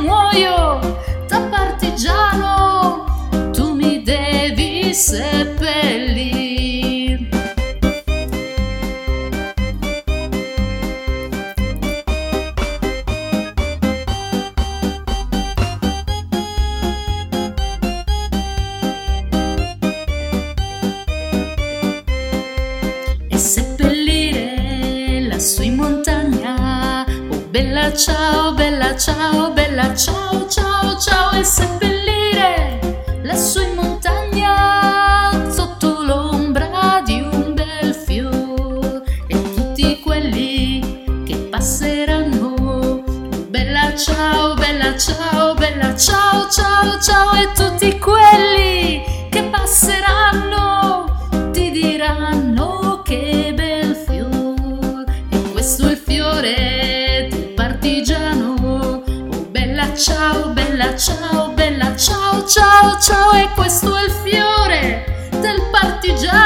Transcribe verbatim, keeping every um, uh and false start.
muoio da partigiano, tu mi devi seppellir. E seppellire lassù in montagna, oh bella ciao, bella ciao, bella ciao, ciao, ciao. E seppellire lassù in montagna, sotto l'ombra di un bel fior, e tutti quelli che passeranno, oh bella ciao, bella ciao, bella ciao, ciao, ciao. E tutti quelli che passeranno ti diranno che bel fior, e questo è il fiore del partigiano, oh bella ciao, bella ciao, bella ciao, ciao, ciao. E questo è il fiore del partigiano.